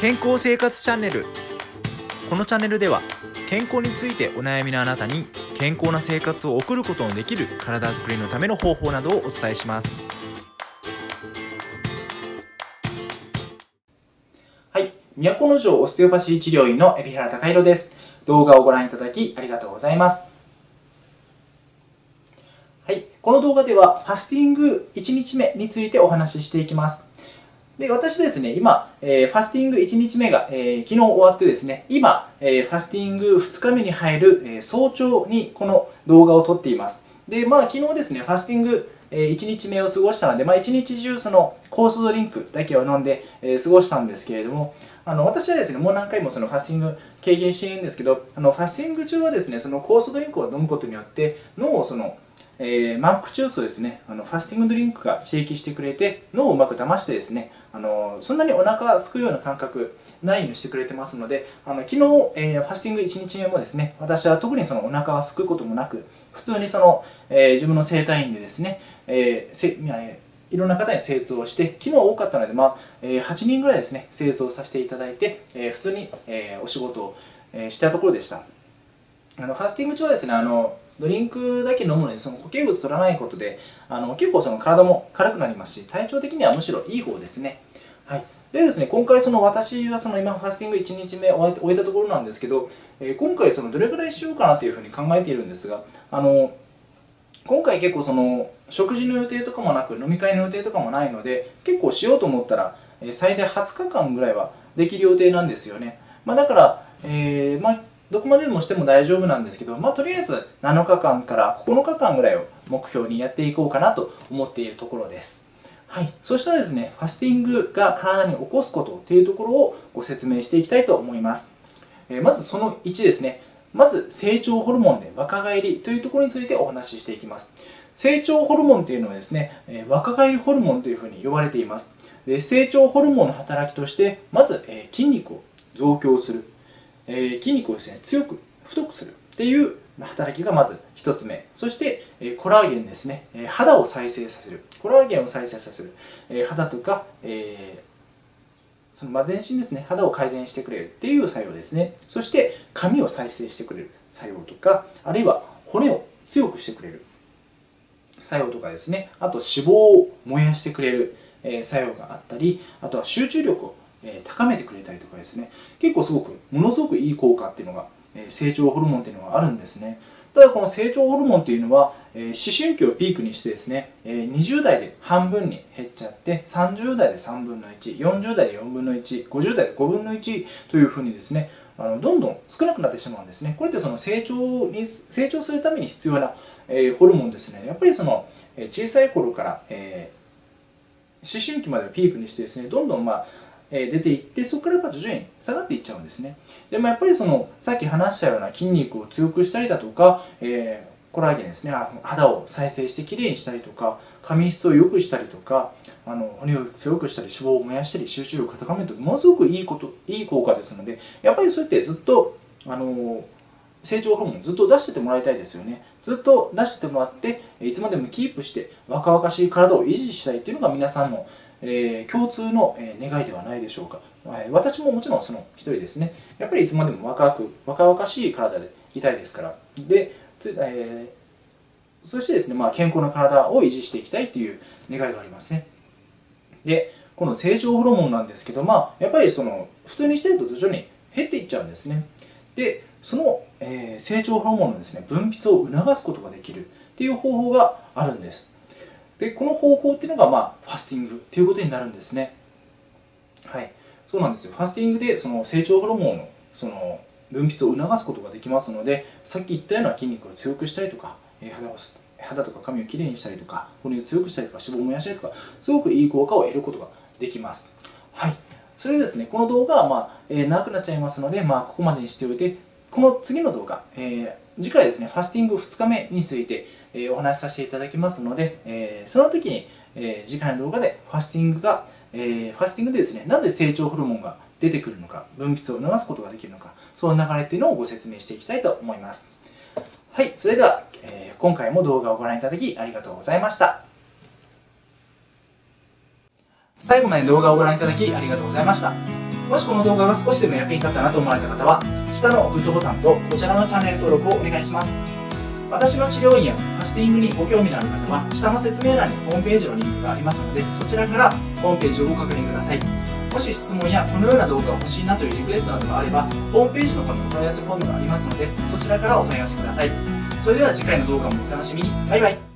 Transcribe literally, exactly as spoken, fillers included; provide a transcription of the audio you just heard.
健康生活チャンネル。このチャンネルでは健康についてお悩みのあなたに健康な生活を送ることのできる体づくりのための方法などをお伝えします。はい、都城オステオパシー治療院の海老原貴弘です。動画をご覧いただきありがとうございます。はい、この動画ではファスティングいちにちめについてお話ししていきます。で、私ですね、今、えー、ファスティングいちにちめが、えー、昨日終わってですね、今、えー、ファスティングふつかめに入る、えー、早朝にこの動画を撮っています。で、まあ昨日ですね、ファスティングいちにちめを過ごしたので、まあ、いちにち中その酵素ドリンクだけを飲んで、えー、過ごしたんですけれども、あの私はですね、もう何回もそのファスティング経験しているんですけど、あのファスティング中はですね、その酵素ドリンクを飲むことによって脳をそのえー、満腹中枢ですね、あのファスティングドリンクが刺激してくれて脳をうまく騙してですね、あのそんなにお腹すくような感覚ないようにしてくれてますので、あの昨日、えー、ファスティングいちにちめもですね、私は特にそのお腹がすくこともなく、普通にその、えー、自分の整体院でですね、えーせえー、いろんな方に精通をして、昨日多かったので、まあえー、はちにんぐらいですね、精通をさせていただいて、えー、普通に、えー、お仕事を、えー、したところでした。あのファスティング中はですね、あのドリンクだけ飲むのでその固形物取らないことであの結構その体も軽くなりますし、体調的にはむしろいい方ですね。はい、でですね、今回その私はその今ファスティングいちにちめ終えたところなんですけど、えー、今回そのどれくらいしようかなというふうに考えているんですが、あの今回結構その食事の予定とかもなく飲み会の予定とかもないので、結構しようと思ったら最大はつかかんぐらいはできる予定なんですよね。まあ、だから、えーまあどこまでもしても大丈夫なんですけど、まあ、とりあえずなのかかんからここのかかんぐらいを目標にやっていこうかなと思っているところです。はい、そしたらですね、ファスティングが体に起こすことっていうところをご説明していきたいと思います。えー、まずそのいちですね、まず成長ホルモンで若返りというところについてお話ししていきます。成長ホルモンというのはですね、えー、若返りホルモンというふうに呼ばれています。で、成長ホルモンの働きとして、まず、えー、筋肉を増強する。えー、筋肉をですね、強く太くするっていう働きがまずひとつめ。そして、えー、コラーゲンですね、えー、肌を再生させる。コラーゲンを再生させる。えー、肌とか、えー、そのまあ全身ですね、肌を改善してくれるっていう作用ですね。そして髪を再生してくれる作用とか、あるいは骨を強くしてくれる作用とかですね、あと脂肪を燃やしてくれる、えー、作用があったり、あとは集中力を高めてくれたりとかですね、結構すごくものすごくいい効果っていうのが成長ホルモンっていうのがあるんですね。ただこの成長ホルモンっていうのは思春期をピークにしてですね、にじゅうだいで半分に減っちゃって、さんじゅうだいでさんぶんのいち、よんじゅうだいでよんぶんのいち、ごじゅうだいでごぶんのいちというふうにですね、あのどんどん少なくなってしまうんですね。これってその成長に成長するために必要な、えー、ホルモンですね。やっぱりその小さい頃から、えー、思春期までをピークにしてですね、どんどんまあ出ていって、そこからやっぱ徐々に下がっていっちゃうんですね。でもやっぱりそのさっき話したような筋肉を強くしたりだとか、えー、コラーゲンですね、肌を再生してきれいにしたりとか、髪質を良くしたりとか、あの骨を強くしたり脂肪を燃やしたり集中力を高めるとものすごくいいこといい効果ですので、やっぱりそうやってずっとあの成長ホルモンずっと出しててもらいたいですよね。ずっと出してもらっていつまでもキープして若々しい体を維持したいっていうのが皆さんのえー、共通の、えー、願いではないでしょうか。はい、私ももちろんその一人ですね。やっぱりいつまでも若く若々しい体でいたいですから。で、えー、そしてですね、まあ、健康な体を維持していきたいという願いがありますね。で、この成長ホルモンなんですけど、まあ、やっぱりその普通にしてると徐々に減っていっちゃうんですね。で、その、えー、成長ホルモンのですね、分泌を促すことができるっていう方法があるんです。で、この方法っていうのが、まあ、ファスティングということになるんですね。はい、そうなんですよ。ファスティングでその成長ホルモンのその分泌を促すことができますので、さっき言ったような筋肉を強くしたりとか、肌を肌とか髪をきれいにしたりとか、骨を強くしたりとか、脂肪を燃やしたりとか、すごくいい効果を得ることができます。はい、それでですね、この動画は、まあえー、長くなっちゃいますので、まあ、ここまでにしておいて、この次の動画、えー、次回ですね、ファスティングふつかめについて、えー、お話しさせていただきますので、えー、その時に、えー、次回の動画でファスティングが、えー、ファスティングでですね、なぜ成長ホルモンが出てくるのか、分泌を促すことができるのか、その流れっていうのをご説明していきたいと思います。はい、それでは、えー、今回も動画をご覧いただきありがとうございました。最後まで動画をご覧いただきありがとうございました。 もしこの動画が少しでも役に立ったなと思われた方は、下のグッドボタンとこちらのチャンネル登録をお願いします。私の治療院やファスティングにご興味のある方は、下の説明欄にホームページのリンクがありますので、そちらからホームページをご確認ください。もし質問やこのような動画が欲しいなというリクエストなどがあれば、ホームページの方にお問い合わせフォームがありますので、そちらからお問い合わせください。それでは次回の動画もお楽しみに。バイバイ。